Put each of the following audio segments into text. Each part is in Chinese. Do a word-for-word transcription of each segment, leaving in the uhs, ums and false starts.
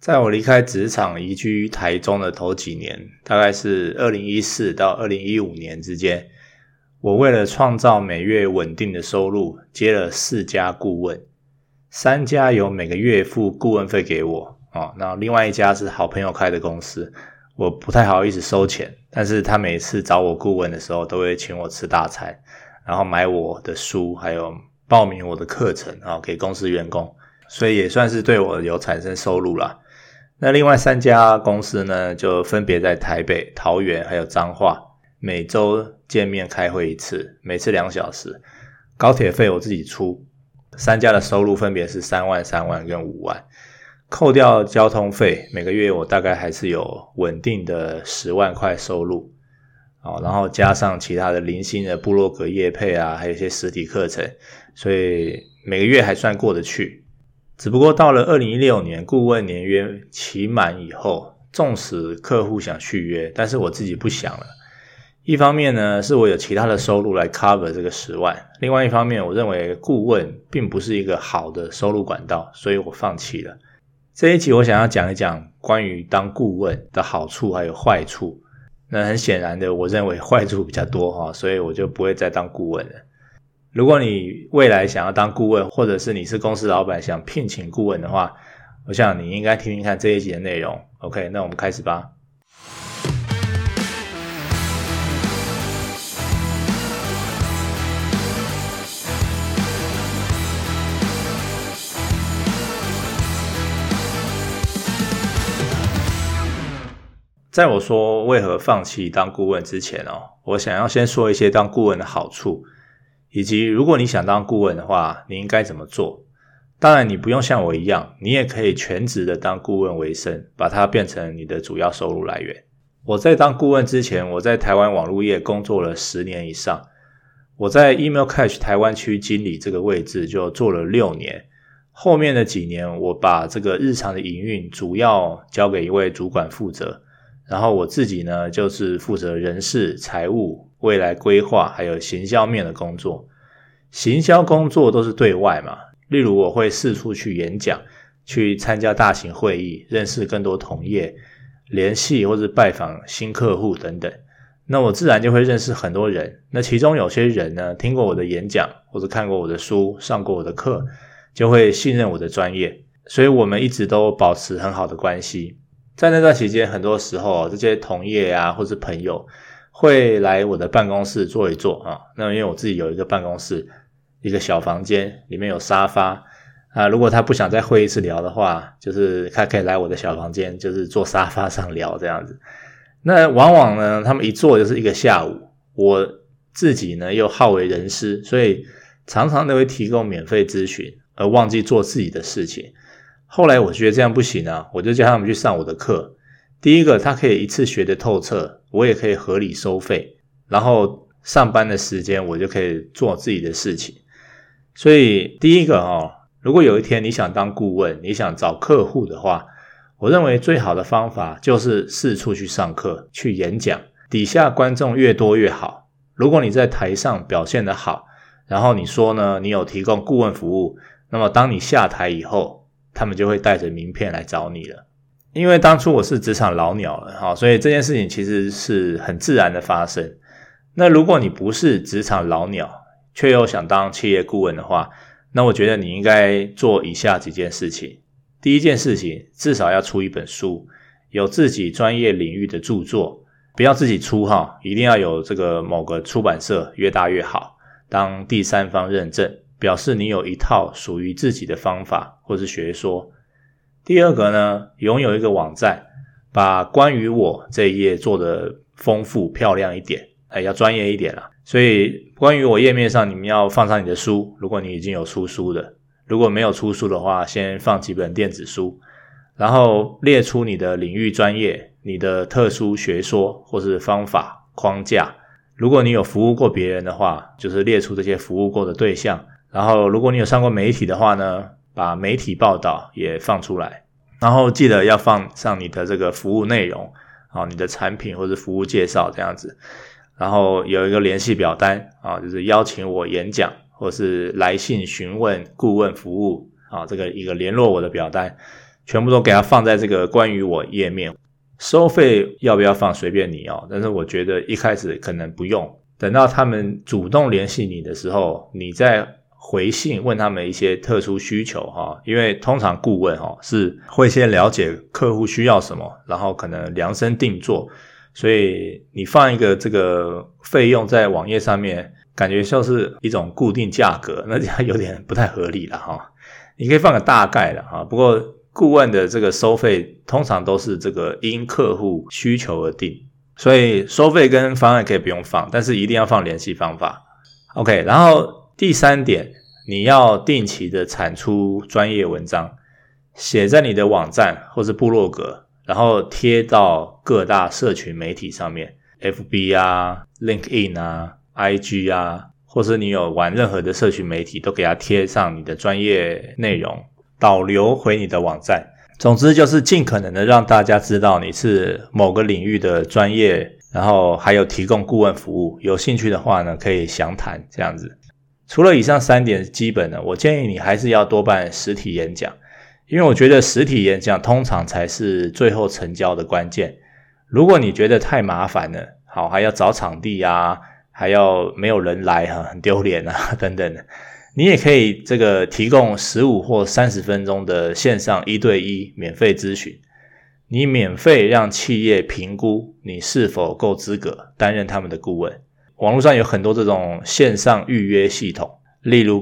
在我离开职场移居台中的头几年，大概是二零一四到二零一五年之间，我为了创造每月稳定的收入，接了四家顾问，三家有每个月付顾问费给我，哦，那另外一家是好朋友开的公司，我不太好意思收钱，但是他每次找我顾问的时候都会请我吃大餐，然后买我的书，还有报名我的课程，哦，给公司员工，所以也算是对我有产生收入啦。那另外三家公司呢，就分别在台北、桃园还有彰化，每周见面开会一次，每次两小时，高铁费我自己出。三家的收入分别是三万、三万跟五万，扣掉交通费，每个月我大概还是有稳定的十万块收入。好，然后加上其他的零星的部落格业配啊，还有一些实体课程，所以每个月还算过得去。只不过到了二零一六年顾问年约期满以后，纵使客户想续约，但是我自己不想了。一方面呢，是我有其他的收入来 cover 这个十万，另外一方面我认为顾问并不是一个好的收入管道，所以我放弃了。这一集我想要讲一讲关于当顾问的好处还有坏处。那很显然的，我认为坏处比较多，所以我就不会再当顾问了。如果你未来想要当顾问，或者是你是公司老板想聘请顾问的话，我想你应该听听看这一集的内容。 OK， 那我们开始吧。在我说为何放弃当顾问之前哦，我想要先说一些当顾问的好处，以及如果你想当顾问的话，你应该怎么做。当然你不用像我一样，你也可以全职的当顾问为生，把它变成你的主要收入来源。我在当顾问之前，我在台湾网络业工作了十年以上，我在 EmailCash 台湾区经理这个位置就做了六年，后面的几年我把这个日常的营运主要交给一位主管负责，然后我自己呢就是负责人事、财务、未来规划还有行销面的工作。行销工作都是对外嘛，例如我会四处去演讲，去参加大型会议，认识更多同业，联系或是拜访新客户等等。那我自然就会认识很多人，那其中有些人呢听过我的演讲，或者看过我的书，上过我的课，就会信任我的专业，所以我们一直都保持很好的关系。在那段期间，很多时候这些同业啊或是朋友会来我的办公室坐一坐啊。那因为我自己有一个办公室，一个小房间，里面有沙发啊。如果他不想在会议室聊的话，就是他可以来我的小房间，就是坐沙发上聊这样子。那往往呢，他们一坐就是一个下午。我自己呢又好为人师，所以常常都会提供免费咨询，而忘记做自己的事情。后来我觉得这样不行啊，我就叫他们去上我的课。第一个，他可以一次学得透彻，我也可以合理收费，然后上班的时间我就可以做自己的事情。所以第一个哦，如果有一天你想当顾问，你想找客户的话，我认为最好的方法就是四处去上课，去演讲，底下观众越多越好。如果你在台上表现得好，然后你说呢，你有提供顾问服务，那么当你下台以后，他们就会带着名片来找你了。因为当初我是职场老鸟了，所以这件事情其实是很自然的发生。那如果你不是职场老鸟，却又想当企业顾问的话，那我觉得你应该做以下几件事情。第一件事情，至少要出一本书，有自己专业领域的著作，不要自己出哈，一定要有这个某个出版社，越大越好，当第三方认证，表示你有一套属于自己的方法或是学说。第二个呢，拥有一个网站，把关于我这一页做得丰富漂亮一点，哎，要专业一点啦。所以关于我页面上你们要放上你的书，如果你已经有出书的，如果没有出书的话，先放几本电子书，然后列出你的领域专业，你的特殊学说或是方法框架。如果你有服务过别人的话，就是列出这些服务过的对象。然后如果你有上过媒体的话呢，把媒体报道也放出来。然后记得要放上你的这个服务内容，你的产品或是服务介绍这样子。然后有一个联系表单，就是邀请我演讲或是来信询问顾问服务，这个一个联络我的表单。 全部都给它放在这个关于我页面。收费要不要放随便你哦，但是我觉得一开始可能不用，等到他们主动联系你的时候，你再回信问他们一些特殊需求哈，因为通常顾问哈是会先了解客户需要什么，然后可能量身定做，所以你放一个这个费用在网页上面，感觉像是一种固定价格，那这样有点不太合理了哈。你可以放个大概了哈，不过顾问的这个收费通常都是这个因客户需求而定，所以收费跟方案可以不用放，但是一定要放联系方法。OK， 然后第三点，你要定期的产出专业文章，写在你的网站或是部落格，然后贴到各大社群媒体上面 ，F B 啊、LinkedIn 啊、I G 啊，或是你有玩任何的社群媒体，都给它贴上你的专业内容，导流回你的网站。总之就是尽可能的让大家知道你是某个领域的专业，然后还有提供顾问服务，有兴趣的话呢可以详谈这样子。除了以上三点基本的，我建议你还是要多办实体演讲，因为我觉得实体演讲通常才是最后成交的关键。如果你觉得太麻烦了，好，还要找场地啊，还要没有人来啊，很丢脸啊等等的，你也可以这个提供十五或三十分钟的线上一对一免费咨询，你免费让企业评估你是否够资格担任他们的顾问。网络上有很多这种线上预约系统，例如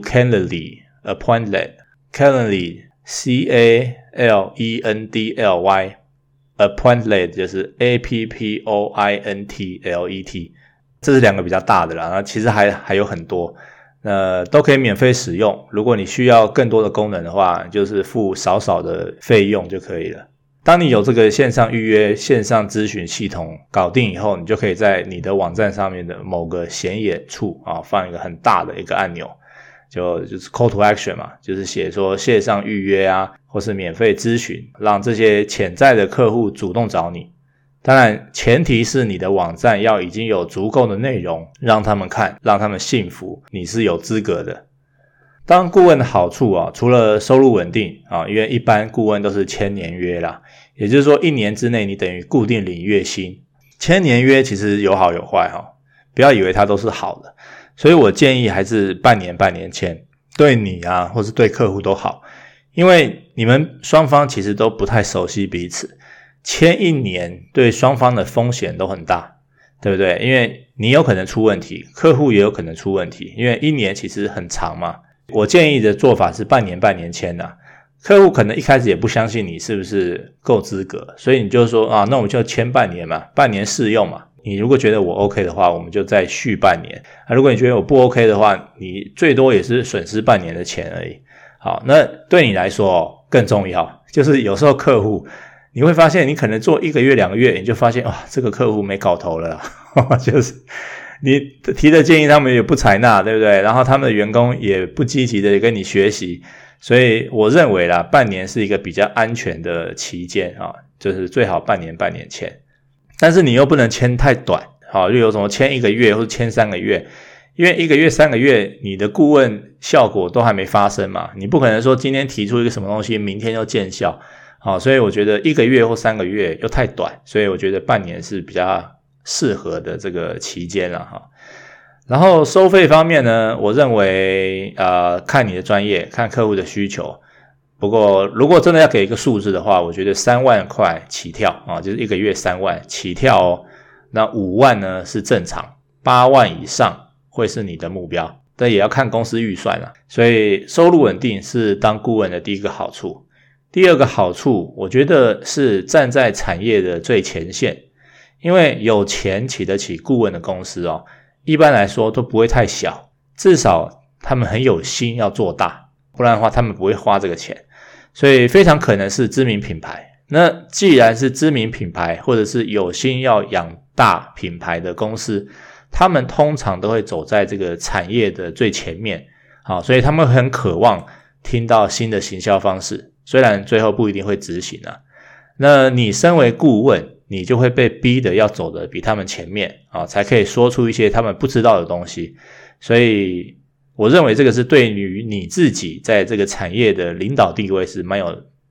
Calendly、Appointlet、Calendly C A L E N D L Y、Appointlet 就是 A P P O I N T L E T， 这是两个比较大的啦，那其实还还有很多，呃，都可以免费使用。如果你需要更多的功能的话，就是付少少的费用就可以了。当你有这个线上预约、线上咨询系统搞定以后，你就可以在你的网站上面的某个显眼处啊，放一个很大的一个按钮，就就是 call to action 嘛，就是写说线上预约啊，或是免费咨询，让这些潜在的客户主动找你。当然，前提是你的网站要已经有足够的内容让他们看，让他们信服你是有资格的。当顾问的好处啊，除了收入稳定啊，因为一般顾问都是签年约啦，也就是说一年之内你等于固定领月薪。签年约其实有好有坏哈，不要以为它都是好的，所以我建议还是半年半年签，对你啊或是对客户都好，因为你们双方其实都不太熟悉彼此，签一年对双方的风险都很大，对不对？因为你有可能出问题，客户也有可能出问题，因为一年其实很长嘛。我建议的做法是半年半年签啊，客户可能一开始也不相信你是不是够资格，所以你就说啊，那我们就签半年嘛，半年试用嘛。你如果觉得我 OK 的话，我们就再续半年。啊，如果你觉得我不 OK 的话，你最多也是损失半年的钱而已。好，那对你来说更重要，就是有时候客户你会发现，你可能做一个月两个月，你就发现哇，这个客户没搞头了啦就是你提的建议他们也不采纳，对不对？然后他们的员工也不积极的跟你学习，所以我认为啦，半年是一个比较安全的期间啊，就是最好半年半年签。但是你又不能签太短，好，就有什么签一个月或者签三个月，因为一个月三个月你的顾问效果都还没发生嘛，你不可能说今天提出一个什么东西明天就见效，好，所以我觉得一个月或三个月又太短，所以我觉得半年是比较适合的这个期间了哈。然后收费方面呢，我认为呃看你的专业，看客户的需求。不过如果真的要给一个数字的话，我觉得三万块起跳啊，就是一个月三万起跳哦。那五万呢是正常，八万以上会是你的目标，但也要看公司预算啦。所以收入稳定是当顾问的第一个好处。第二个好处，我觉得是站在产业的最前线，因为有钱请得起顾问的公司哦，一般来说都不会太小，至少他们很有心要做大，不然的话他们不会花这个钱，所以非常可能是知名品牌。那既然是知名品牌，或者是有心要养大品牌的公司，他们通常都会走在这个产业的最前面，好，所以他们很渴望听到新的行销方式，虽然最后不一定会执行啊。那你身为顾问，你就会被逼的要走的比他们前面啊，才可以说出一些他们不知道的东西。所以我认为这个是对于你自己在这个产业的领导地位是蛮有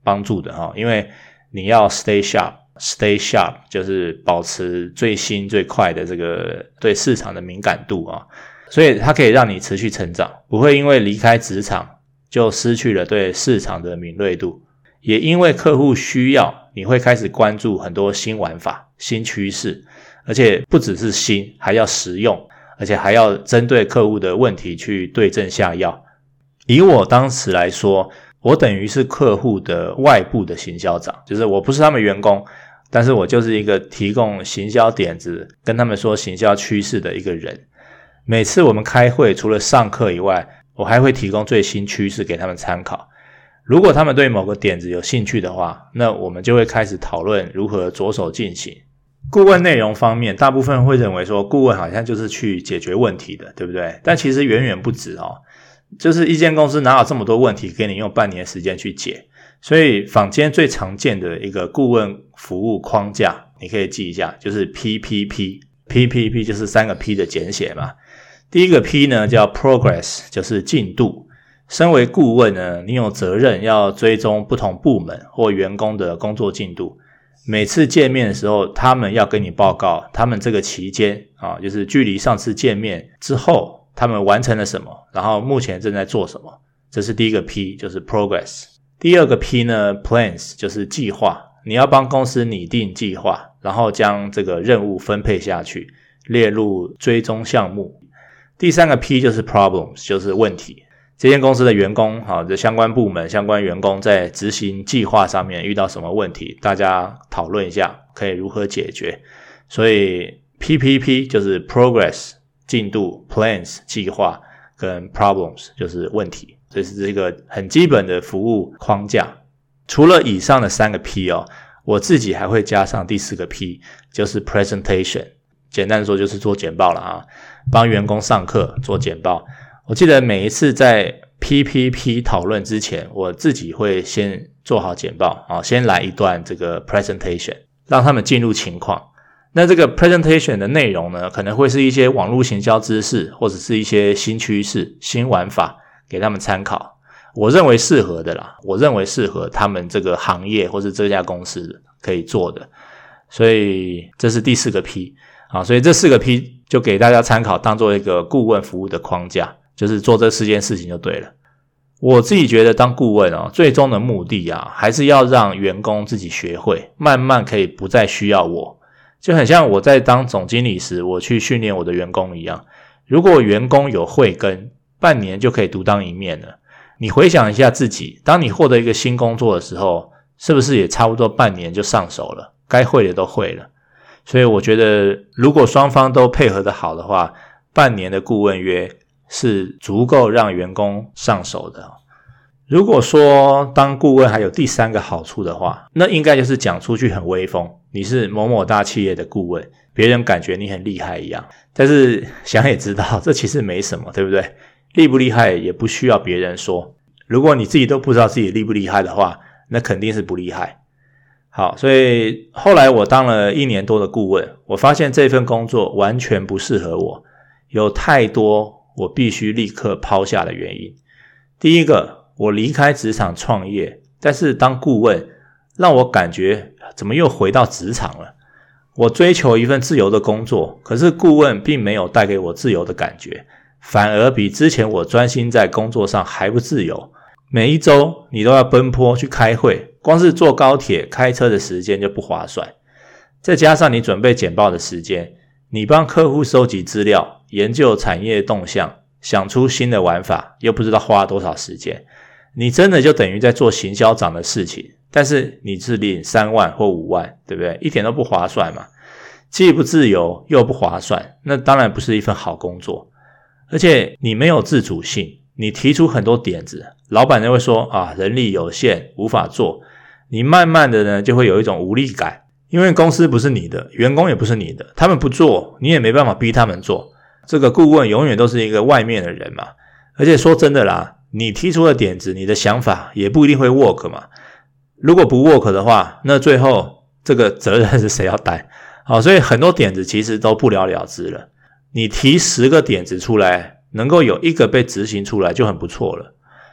帮助的齁，因为你要 stay sharp stay sharp 就是保持最新最快的这个对市场的敏感度啊，所以它可以让你持续成长，不会因为离开职场就失去了对市场的敏锐度，也因为客户需要，你会开始关注很多新玩法、新趋势，而且不只是新，还要实用，而且还要针对客户的问题去对症下药。以我当时来说，我等于是客户的外部的行销长，就是我不是他们员工，但是我就是一个提供行销点子，跟他们说行销趋势的一个人。每次我们开会，除了上课以外，我还会提供最新趋势给他们参考。如果他们对某个点子有兴趣的话，那我们就会开始讨论如何着手进行。顾问内容方面，大部分会认为说顾问好像就是去解决问题的，对不对？但其实远远不止哦。就是一间公司哪有这么多问题给你用半年时间去解，所以坊间最常见的一个顾问服务框架你可以记一下，就是 P P P P P P 就是三个 P 的简写嘛。第一个 P 呢叫 Progress， 就是进度。身为顾问呢，你有责任要追踪不同部门或员工的工作进度，每次见面的时候他们要跟你报告他们这个期间啊，就是距离上次见面之后他们完成了什么，然后目前正在做什么，这是第一个 P， 就是 Progress。 第二个 P 呢 Plans， 就是计划，你要帮公司拟定计划，然后将这个任务分配下去，列入追踪项目。第三个 P 就是 Problems， 就是问题，这间公司的员工好，这相关部门相关员工在执行计划上面遇到什么问题，大家讨论一下可以如何解决。所以 P P P 就是 Progress进度 Plans 计划跟 Problems 就是问题，这是这个很基本的服务框架。除了以上的三个 P 哦，我自己还会加上第四个 P， 就是 Presentation， 简单的说就是做简报了啊，帮员工上课做简报。我记得每一次在 P P P 讨论之前，我自己会先做好简报啊，先来一段这个 Presentation， 让他们进入情况。那这个 presentation 的内容呢，可能会是一些网络行销知识，或者是一些新趋势、新玩法给他们参考。我认为适合的啦，我认为适合他们这个行业或是这家公司可以做的。所以这是第四个 P 啊，所以这四个 P 就给大家参考，当做一个顾问服务的框架，就是做这四件事情就对了。我自己觉得当顾问哦，最终的目的啊，还是要让员工自己学会，慢慢可以不再需要我。就很像我在当总经理时，我去训练我的员工一样。如果员工有慧根，半年就可以独当一面了。你回想一下自己，当你获得一个新工作的时候，是不是也差不多半年就上手了，该会的都会了。所以我觉得如果双方都配合得好的话，半年的顾问约是足够让员工上手的。如果说当顾问还有第三个好处的话，那应该就是讲出去很威风，你是某某大企业的顾问，别人感觉你很厉害一样。但是想也知道这其实没什么，对不对？厉不厉害也不需要别人说，如果你自己都不知道自己厉不厉害的话，那肯定是不厉害。好，所以后来我当了一年多的顾问，我发现这份工作完全不适合我，有太多我必须立刻抛下的原因。第一个，我离开职场创业，但是当顾问让我感觉怎么又回到职场了。我追求一份自由的工作，可是顾问并没有带给我自由的感觉，反而比之前我专心在工作上还不自由。每一周你都要奔波去开会，光是坐高铁开车的时间就不划算，再加上你准备简报的时间，你帮客户收集资料，研究产业动向，想出新的玩法，又不知道花多少时间。你真的就等于在做行销长的事情，但是你是领三万或五万，对不对？一点都不划算嘛，既不自由又不划算，那当然不是一份好工作。而且你没有自主性，你提出很多点子，老板就会说啊，人力有限无法做，你慢慢的呢就会有一种无力感，因为公司不是你的，员工也不是你的，他们不做你也没办法逼他们做，这个顾问永远都是一个外面的人嘛。而且说真的啦，你提出的点子，你的想法也不一定会 work 嘛。如果不 work 的话，那最后这个责任是谁要担？好，所以很多点子其实都不了了之了。你提十个点子出来，能够有一个被执行出来就很不错了。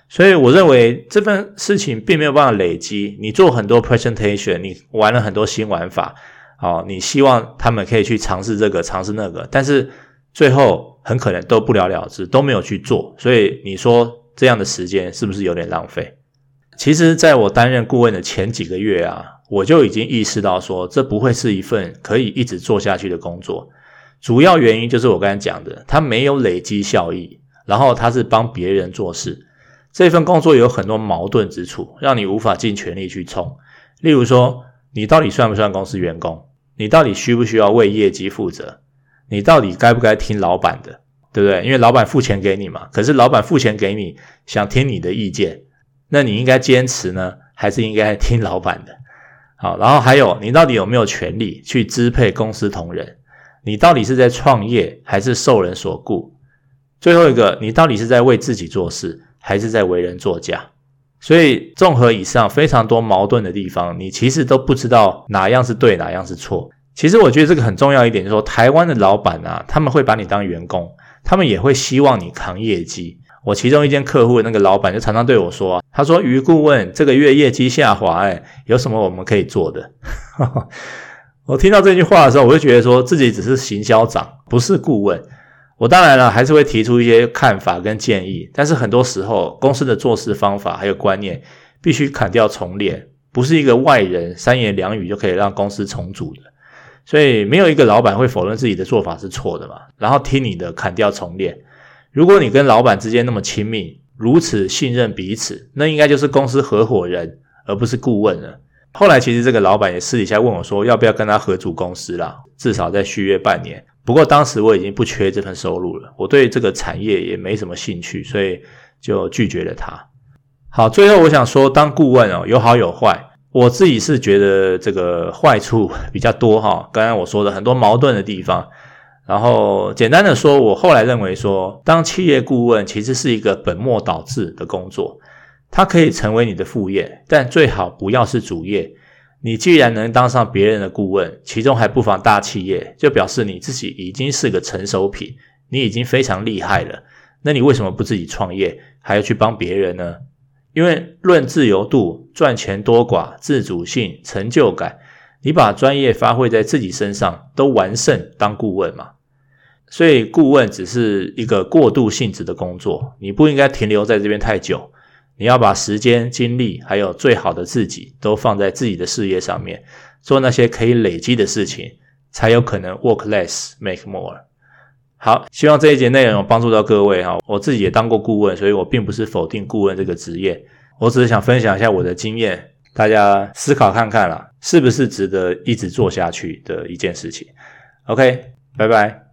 所以我认为这份事情并没有办法累积，你做很多 presentation， 你玩了很多新玩法，哦，你希望他们可以去尝试这个尝试那个，但是最后很可能都不了了之，都没有去做，所以你说这样的时间是不是有点浪费？其实在我担任顾问的前几个月啊，我就已经意识到说这不会是一份可以一直做下去的工作，主要原因就是我刚才讲的，它没有累积效益，然后它是帮别人做事，这份工作有很多矛盾之处，让你无法尽全力去冲。例如说，你到底算不算公司员工？你到底需不需要为业绩负责？你到底该不该听老板的？对不对？因为老板付钱给你嘛，可是老板付钱给你，想听你的意见，那你应该坚持呢，还是应该听老板的？好，然后还有，你到底有没有权利去支配公司同仁？你到底是在创业，还是受人所雇？最后一个，你到底是在为自己做事，还是在为人作嫁？所以综合以上非常多矛盾的地方，你其实都不知道哪样是对，哪样是错。其实我觉得这个很重要一点，就是说台湾的老板啊，他们会把你当员工，他们也会希望你扛业绩。我其中一间客户的那个老板就常常对我说啊，他说于顾问这个月业绩下滑，诶有什么我们可以做的？我听到这句话的时候，我就觉得说自己只是行销长，不是顾问。我当然了还是会提出一些看法跟建议，但是很多时候公司的做事方法还有观念必须砍掉重练，不是一个外人三言两语就可以让公司重组的。所以没有一个老板会否认自己的做法是错的嘛，然后听你的砍掉重练。如果你跟老板之间那么亲密，如此信任彼此，那应该就是公司合伙人而不是顾问了。后来其实这个老板也私底下问我说要不要跟他合组公司啦，至少再续约半年。不过当时我已经不缺这份收入了，我对这个产业也没什么兴趣，所以就拒绝了他。好，最后我想说当顾问哦，有好有坏。我自己是觉得这个坏处比较多哈，刚刚我说的很多矛盾的地方。然后简单的说，我后来认为说当企业顾问其实是一个本末倒置的工作，它可以成为你的副业，但最好不要是主业。你既然能当上别人的顾问，其中还不妨大企业，就表示你自己已经是个成熟品，你已经非常厉害了。那你为什么不自己创业，还要去帮别人呢？因为论自由度、赚钱多寡、自主性、成就感，你把专业发挥在自己身上都完胜当顾问嘛。所以顾问只是一个过渡性质的工作，你不应该停留在这边太久。你要把时间、精力还有最好的自己都放在自己的事业上面，做那些可以累积的事情，才有可能 work less, make more。 好，希望这一节内容有帮助到各位。我自己也当过顾问，所以我并不是否定顾问这个职业，我只是想分享一下我的经验，大家思考看看啦，是不是值得一直做下去的一件事情。 OK， 拜拜。